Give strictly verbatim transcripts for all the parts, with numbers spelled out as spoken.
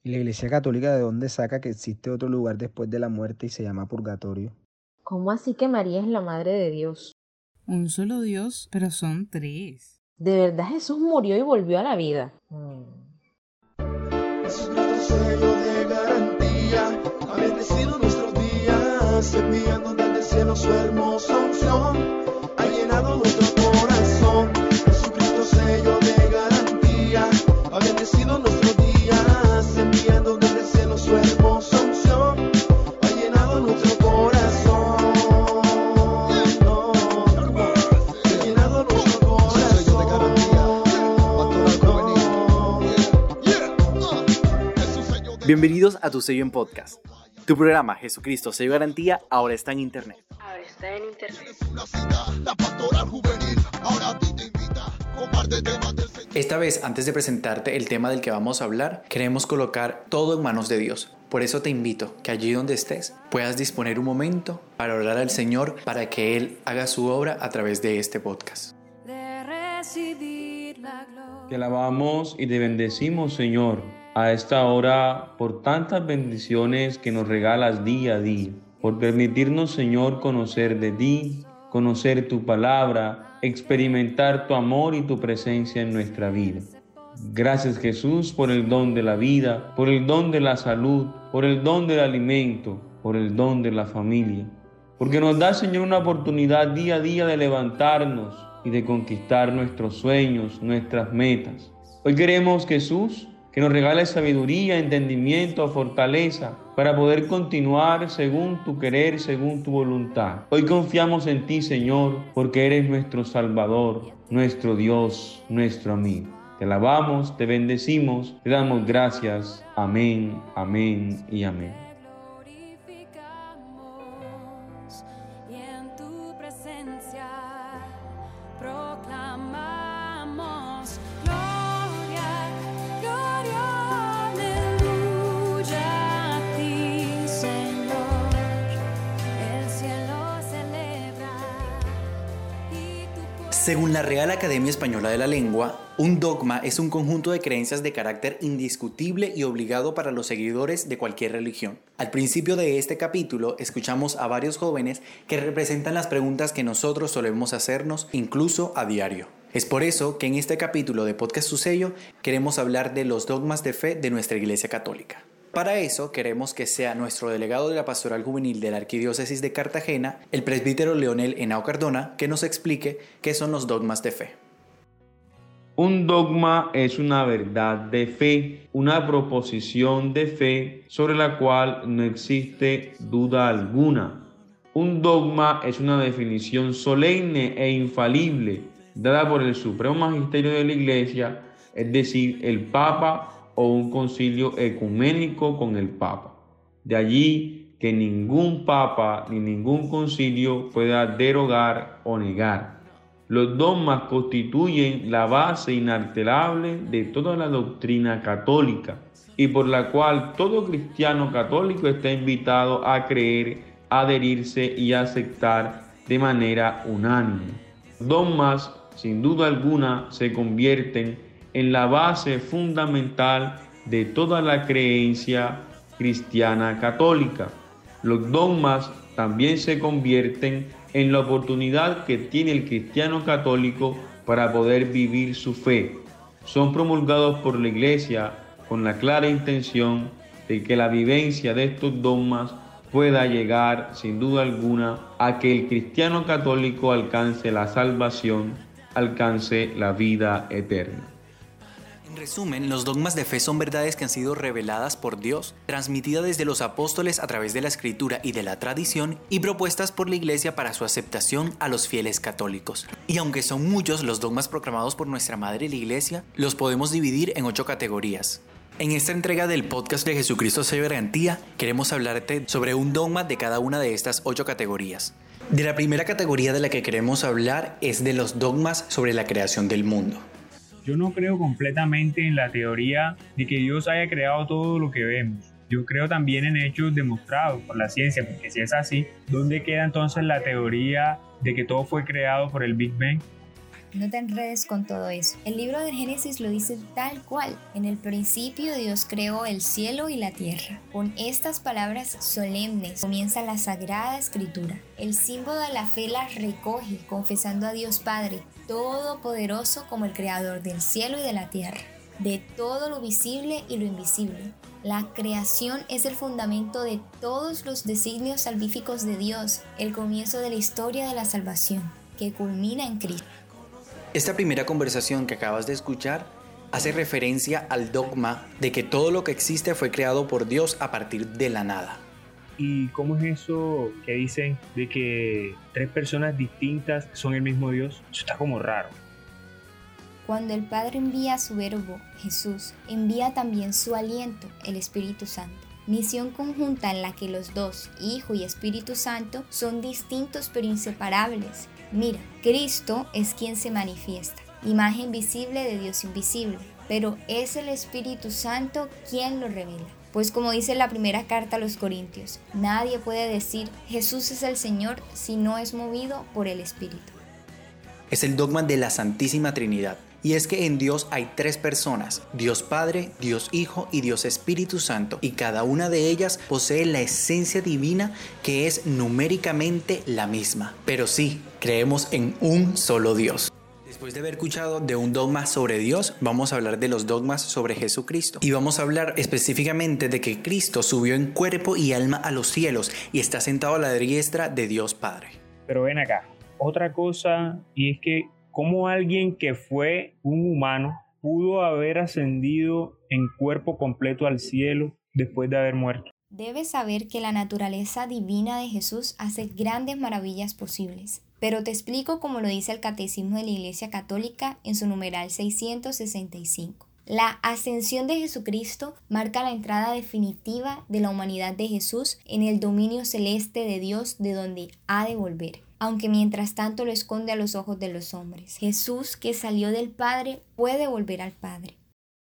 ¿Y la Iglesia Católica de dónde saca que existe otro lugar después de la muerte y se llama purgatorio? ¿Cómo así que María es la Madre de Dios? Un solo Dios, pero son tres. ¿De verdad Jesús murió y volvió a la vida? Hmm. Es nuestro sello de garantía, ha bendecido nuestros días, enviando desde el cielo su hermosa unción, ha llenado nuestro corazón. Jesucristo, sello de garantía, ha bendecido nuestros días, enviando desde el cielo su hermosa unción, ha llenado nuestro corazón. No, ha llenado nuestro corazón. Bienvenidos a Tu Sello en Podcast. Tu programa Jesucristo Sello Garantía ahora está en internet. Ahora está en internet. Esta vez, antes de presentarte el tema del que vamos a hablar, queremos colocar todo en manos de Dios. Por eso te invito que allí donde estés puedas disponer un momento para orar al Señor para que Él haga su obra a través de este podcast. Te alabamos y te bendecimos, Señor, a esta hora por tantas bendiciones que nos regalas día a día, por permitirnos, Señor, conocer de ti, conocer tu palabra, experimentar tu amor y tu presencia en nuestra vida. Gracias, Jesús, por el don de la vida, por el don de la salud, por el don del alimento, por el don de la familia, porque nos da, Señor, una oportunidad día a día de levantarnos y de conquistar nuestros sueños, nuestras metas. Hoy queremos, Jesús, que nos regales sabiduría, entendimiento, fortaleza para poder continuar según tu querer, según tu voluntad. Hoy confiamos en ti, Señor, porque eres nuestro Salvador, nuestro Dios, nuestro amigo. Te alabamos, te bendecimos, te damos gracias. Amén, amén y amén. Según la Real Academia Española de la Lengua, un dogma es un conjunto de creencias de carácter indiscutible y obligado para los seguidores de cualquier religión. Al principio de este capítulo, escuchamos a varios jóvenes que representan las preguntas que nosotros solemos hacernos incluso a diario. Es por eso que en este capítulo de Podcast Tu Sello queremos hablar de los dogmas de fe de nuestra Iglesia Católica. Para eso queremos que sea nuestro delegado de la Pastoral Juvenil de la Arquidiócesis de Cartagena, el presbítero Leonel Henao Cardona, que nos explique qué son los dogmas de fe. Un dogma es una verdad de fe, una proposición de fe sobre la cual no existe duda alguna. Un dogma es una definición solemne e infalible dada por el Supremo Magisterio de la Iglesia, es decir, el Papa o un concilio ecuménico con el Papa. De allí que ningún Papa ni ningún concilio pueda derogar o negar. Los dogmas constituyen la base inalterable de toda la doctrina católica y por la cual todo cristiano católico está invitado a creer, adherirse y aceptar de manera unánime. Los dogmas, sin duda alguna, se convierten en la base fundamental de toda la creencia cristiana católica. Los dogmas también se convierten en la oportunidad que tiene el cristiano católico para poder vivir su fe. Son promulgados por la Iglesia con la clara intención de que la vivencia de estos dogmas pueda llegar, sin duda alguna, a que el cristiano católico alcance la salvación, alcance la vida eterna. En resumen, los dogmas de fe son verdades que han sido reveladas por Dios, transmitidas desde los apóstoles a través de la Escritura y de la tradición y propuestas por la Iglesia para su aceptación a los fieles católicos. Y aunque son muchos los dogmas proclamados por nuestra Madre la Iglesia, los podemos dividir en ocho categorías. En esta entrega del podcast de Jesucristo Sello Garantía, queremos hablarte sobre un dogma de cada una de estas ocho categorías. De la primera categoría de la que queremos hablar es de los dogmas sobre la creación del mundo. Yo no creo completamente en la teoría de que Dios haya creado todo lo que vemos. Yo creo también en hechos demostrados por la ciencia, porque si es así, ¿dónde queda entonces la teoría de que todo fue creado por el Big Bang? no te enredes con todo eso. El libro del Génesis lo dice tal cual. En el principio Dios creó el cielo y la tierra. Con estas palabras solemnes comienza la Sagrada Escritura. El símbolo de la fe las recoge, confesando a Dios Padre Todopoderoso como el creador del cielo y de la tierra, de todo lo visible y lo invisible. La creación es el fundamento de todos los designios salvíficos de Dios, el comienzo de la historia de la salvación, que culmina en Cristo. Esta primera conversación que acabas de escuchar hace referencia al dogma de que todo lo que existe fue creado por Dios a partir de la nada. ¿Y cómo es eso que dicen de que tres personas distintas son el mismo Dios? Eso está como raro. Cuando el Padre envía a su Verbo, Jesús, envía también su aliento, el Espíritu Santo. Misión conjunta en la que los dos, Hijo y Espíritu Santo, son distintos pero inseparables. Mira, Cristo es quien se manifiesta, imagen visible de Dios invisible, pero es el Espíritu Santo quien lo revela. Pues como dice la primera carta a los Corintios, nadie puede decir Jesús es el Señor si no es movido por el Espíritu. Es el dogma de la Santísima Trinidad. Y es que en Dios hay tres personas, Dios Padre, Dios Hijo y Dios Espíritu Santo, y cada una de ellas posee la esencia divina que es numéricamente la misma. Pero sí, creemos en un solo Dios. Después de haber escuchado de un dogma sobre Dios, vamos a hablar de los dogmas sobre Jesucristo. Y vamos a hablar específicamente de que Cristo subió en cuerpo y alma a los cielos y está sentado a la diestra de Dios Padre. Pero ven acá, otra cosa, y es que ¿cómo alguien que fue un humano pudo haber ascendido en cuerpo completo al cielo después de haber muerto? Debes saber que la naturaleza divina de Jesús hace grandes maravillas posibles. Pero te explico como lo dice el Catecismo de la Iglesia Católica en su numeral seiscientos sesenta y cinco. La ascensión de Jesucristo marca la entrada definitiva de la humanidad de Jesús en el dominio celeste de Dios, de donde ha de volver, aunque mientras tanto lo esconde a los ojos de los hombres. Jesús, que salió del Padre, puede volver al Padre.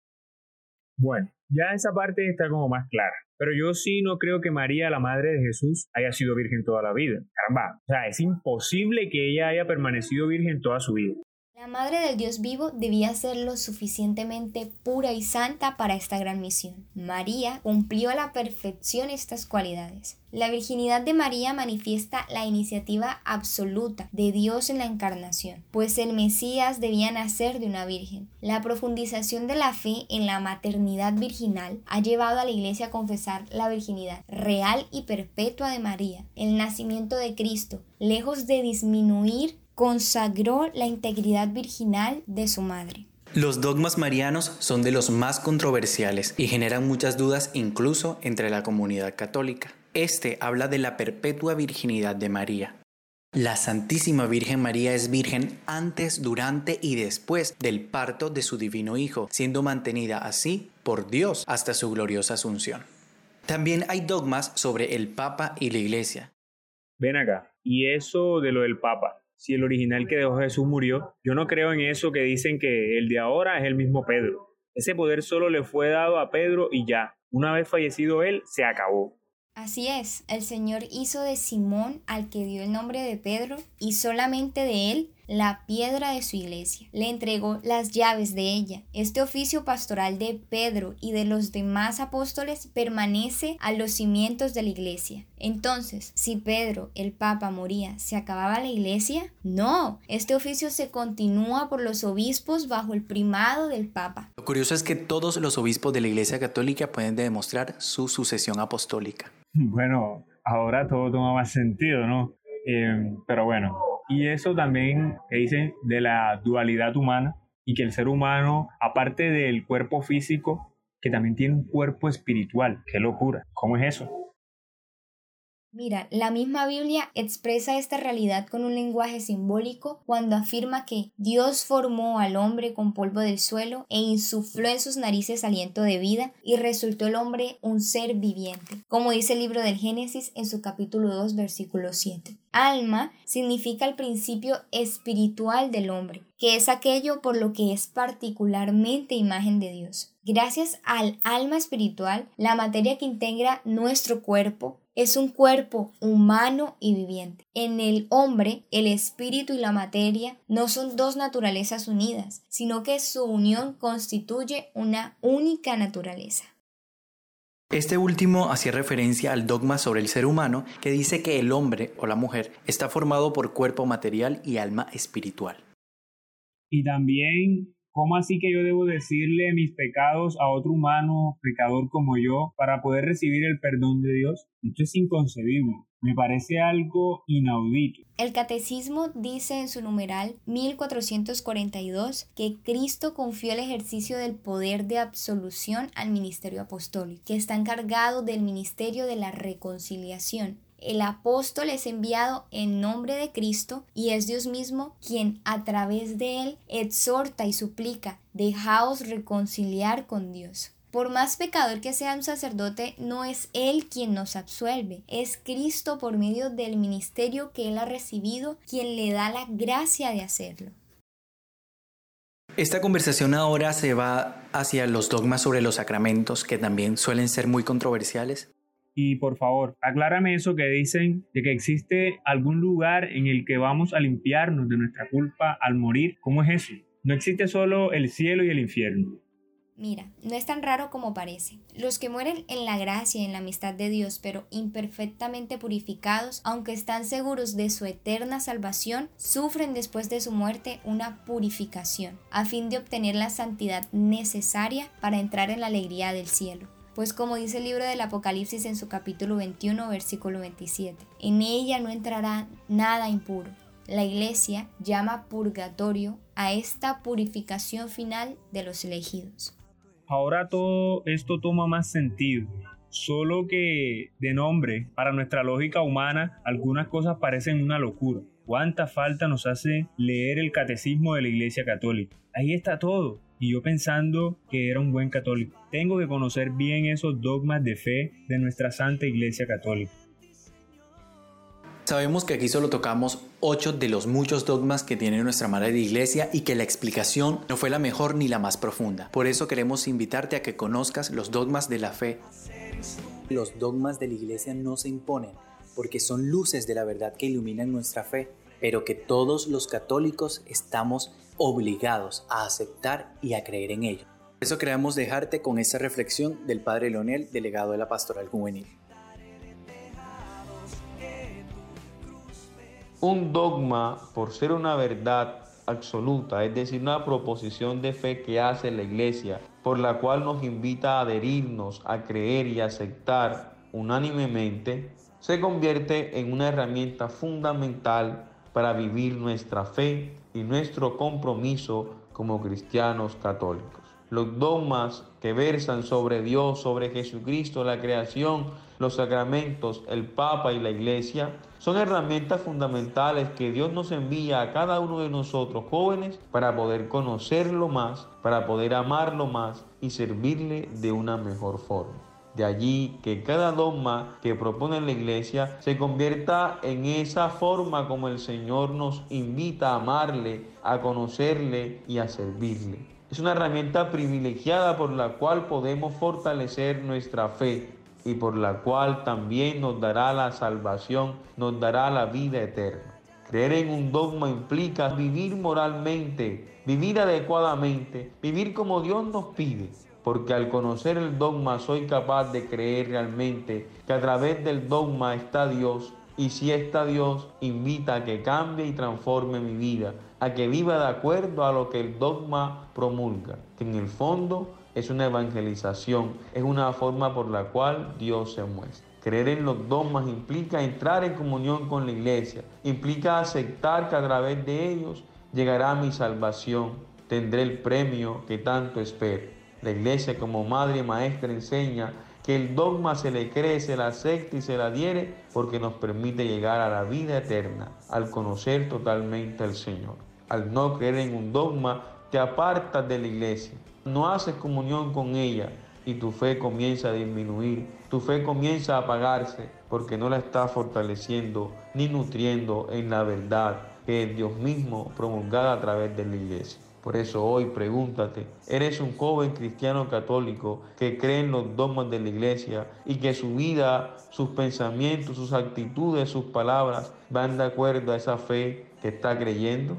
Bueno, ya esa parte está como más clara. Pero yo sí no creo que María, la madre de Jesús, haya sido virgen toda la vida. Caramba, o sea, es imposible que ella haya permanecido virgen toda su vida. La Madre del Dios vivo debía ser lo suficientemente pura y santa para esta gran misión. María cumplió a la perfección estas cualidades. La virginidad de María manifiesta la iniciativa absoluta de Dios en la encarnación, pues el Mesías debía nacer de una virgen. La profundización de la fe en la maternidad virginal ha llevado a la Iglesia a confesar la virginidad real y perpetua de María. El nacimiento de Cristo, lejos de disminuir, consagró la integridad virginal de su madre. Los dogmas marianos son de los más controversiales y generan muchas dudas incluso entre la comunidad católica. Este habla de la perpetua virginidad de María. La Santísima Virgen María es virgen antes, durante y después del parto de su divino Hijo, siendo mantenida así por Dios hasta su gloriosa asunción. También hay dogmas sobre el Papa y la Iglesia. Ven acá, y eso de lo del Papa. Si el original que dejó Jesús murió, yo no creo en eso que dicen que el de ahora es el mismo Pedro. Ese poder solo le fue dado a Pedro y ya. Una vez fallecido él, se acabó. Así es, el Señor hizo de Simón, al que dio el nombre de Pedro, y solamente de él, la piedra de su iglesia. Le entregó las llaves de ella. Este oficio pastoral de Pedro y de los demás apóstoles permanece a los cimientos de la iglesia. Entonces, si Pedro, el Papa, moría, ¿se acababa la iglesia? No, este oficio se continúa por los obispos bajo el primado del Papa. Lo curioso es que todos los obispos de la Iglesia Católica pueden demostrar su sucesión apostólica. Bueno, ahora todo toma más sentido, ¿no? Eh, pero bueno, y eso también que dicen de la dualidad humana y que el ser humano, aparte del cuerpo físico, que también tiene un cuerpo espiritual. ¡Qué locura! ¿Cómo es eso? Mira, la misma Biblia expresa esta realidad con un lenguaje simbólico cuando afirma que Dios formó al hombre con polvo del suelo e insufló en sus narices aliento de vida y resultó el hombre un ser viviente, como dice el libro del Génesis en su capítulo dos, versículo siete. Alma significa el principio espiritual del hombre, que es aquello por lo que es particularmente imagen de Dios. Gracias al alma espiritual, la materia que integra nuestro cuerpo, es un cuerpo humano y viviente. En el hombre, el espíritu y la materia no son dos naturalezas unidas, sino que su unión constituye una única naturaleza. Este último hacía referencia al dogma sobre el ser humano que dice que el hombre o la mujer está formado por cuerpo material y alma espiritual. Y también, ¿cómo así que yo debo decirle mis pecados a otro humano, pecador como yo, para poder recibir el perdón de Dios? Esto es inconcebible. Me parece algo inaudito. El Catecismo dice en su numeral mil cuatrocientos cuarenta y dos que Cristo confió el ejercicio del poder de absolución al ministerio apostólico, que está encargado del ministerio de la reconciliación. El apóstol es enviado en nombre de Cristo y es Dios mismo quien a través de él exhorta y suplica: dejaos reconciliar con Dios. Por más pecador que sea un sacerdote, no es él quien nos absuelve, es Cristo por medio del ministerio que él ha recibido quien le da la gracia de hacerlo. Esta conversación ahora se va hacia los dogmas sobre los sacramentos, que también suelen ser muy controversiales. Y por favor, aclárame eso que dicen de que existe algún lugar en el que vamos a limpiarnos de nuestra culpa al morir. ¿Cómo es eso? No existe solo el cielo y el infierno. Mira, no es tan raro como parece. Los que mueren en la gracia y en la amistad de Dios, pero imperfectamente purificados, aunque están seguros de su eterna salvación, sufren después de su muerte una purificación, a fin de obtener la santidad necesaria para entrar en la alegría del cielo. Pues como dice el libro del Apocalipsis en su capítulo veintiuno, versículo veintisiete, en ella no entrará nada impuro. La Iglesia llama purgatorio a esta purificación final de los elegidos. Ahora todo esto toma más sentido, solo que de nombre, para nuestra lógica humana, algunas cosas parecen una locura. ¿Cuánta falta nos hace leer el catecismo de la Iglesia Católica? Ahí está todo. Y yo pensando que era un buen católico. Tengo que conocer bien esos dogmas de fe de nuestra Santa Iglesia Católica. Sabemos que aquí solo tocamos ocho de los muchos dogmas que tiene nuestra Madre de Iglesia y que la explicación no fue la mejor ni la más profunda. Por eso queremos invitarte a que conozcas los dogmas de la fe. Los dogmas de la Iglesia no se imponen, porque son luces de la verdad que iluminan nuestra fe, pero que todos los católicos estamos obligados a aceptar y a creer en ello. Por eso queremos dejarte con esta reflexión del Padre Leonel, delegado de la Pastoral Juvenil. Un dogma, por ser una verdad absoluta, es decir, una proposición de fe que hace la Iglesia, por la cual nos invita a adherirnos, a creer y aceptar unánimemente, se convierte en una herramienta fundamental para vivir nuestra fe y nuestro compromiso como cristianos católicos. Los dogmas que versan sobre Dios, sobre Jesucristo, la creación, los sacramentos, el Papa y la Iglesia, son herramientas fundamentales que Dios nos envía a cada uno de nosotros jóvenes para poder conocerlo más, para poder amarlo más y servirle de una mejor forma. De allí que cada dogma que propone la Iglesia se convierta en esa forma como el Señor nos invita a amarle, a conocerle y a servirle. Es una herramienta privilegiada por la cual podemos fortalecer nuestra fe y por la cual también nos dará la salvación, nos dará la vida eterna. Creer en un dogma implica vivir moralmente, vivir adecuadamente, vivir como Dios nos pide. Porque al conocer el dogma soy capaz de creer realmente que a través del dogma está Dios, y si está Dios, invita a que cambie y transforme mi vida, a que viva de acuerdo a lo que el dogma promulga, que en el fondo es una evangelización, es una forma por la cual Dios se muestra. Creer en los dogmas implica entrar en comunión con la Iglesia, implica aceptar que a través de ellos llegará mi salvación, tendré el premio que tanto espero. La Iglesia como madre y maestra enseña que el dogma se le cree, se le acepta y se le adhiere porque nos permite llegar a la vida eterna al conocer totalmente al Señor. Al no creer en un dogma, te apartas de la Iglesia, no haces comunión con ella y tu fe comienza a disminuir, tu fe comienza a apagarse porque no la estás fortaleciendo ni nutriendo en la verdad que es Dios mismo promulgada a través de la Iglesia. Por eso hoy pregúntate, ¿eres un joven cristiano católico que cree en los dogmas de la iglesia y que su vida, sus pensamientos, sus actitudes, sus palabras van de acuerdo a esa fe que está creyendo?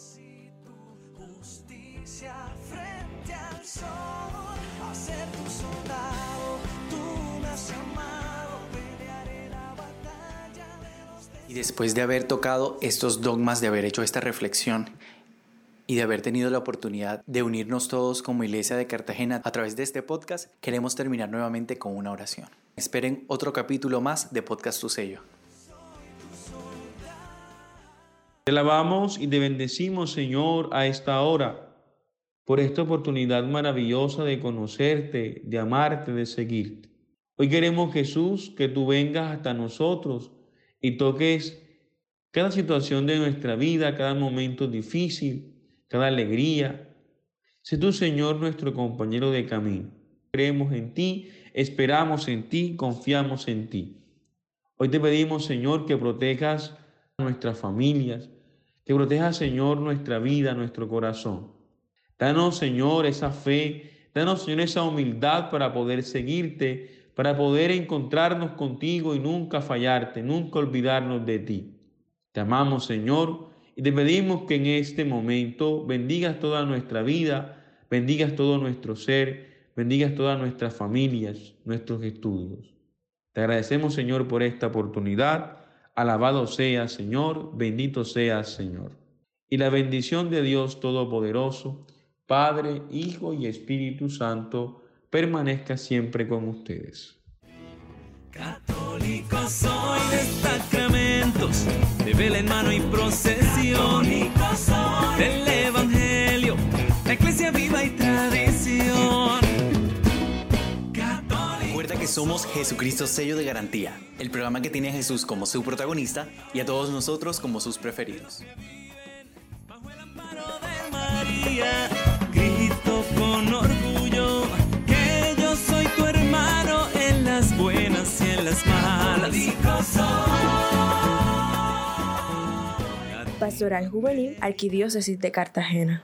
Y después de haber tocado estos dogmas, de haber hecho esta reflexión y de haber tenido la oportunidad de unirnos todos como Iglesia de Cartagena a través de este podcast, queremos terminar nuevamente con una oración. Esperen otro capítulo más de Podcast Tu Sello. Te alabamos y te bendecimos, Señor, a esta hora, por esta oportunidad maravillosa de conocerte, de amarte, de seguirte. Hoy queremos, Jesús, que tú vengas hasta nosotros y toques cada situación de nuestra vida, cada momento difícil, cada alegría. Sé tú, Señor, nuestro compañero de camino. Creemos en ti, esperamos en ti, confiamos en ti. Hoy te pedimos, Señor, que protejas a nuestras familias, que protejas, Señor, nuestra vida, nuestro corazón. Danos, Señor, esa fe, danos, Señor, esa humildad para poder seguirte, para poder encontrarnos contigo y nunca fallarte, nunca olvidarnos de ti. Te amamos, Señor, y te pedimos que en este momento bendigas toda nuestra vida, bendigas todo nuestro ser, bendigas todas nuestras familias, nuestros estudios. Te agradecemos, Señor, por esta oportunidad. Alabado seas, Señor, bendito seas, Señor. Y la bendición de Dios Todopoderoso, Padre, Hijo y Espíritu Santo, permanezca siempre con ustedes. Católico soy de sacramentos, de vela en mano y procesión, del Evangelio, la Iglesia viva y tradición. Recuerda que somos Jesucristo Sello de Garantía, el programa que tiene a Jesús como su protagonista y a todos nosotros como sus preferidos. Bajo el amparo de María, grito con orgullo que yo soy tu hermano en las buenas y en las malas. Pastoral Juvenil, Arquidiócesis de Cartagena.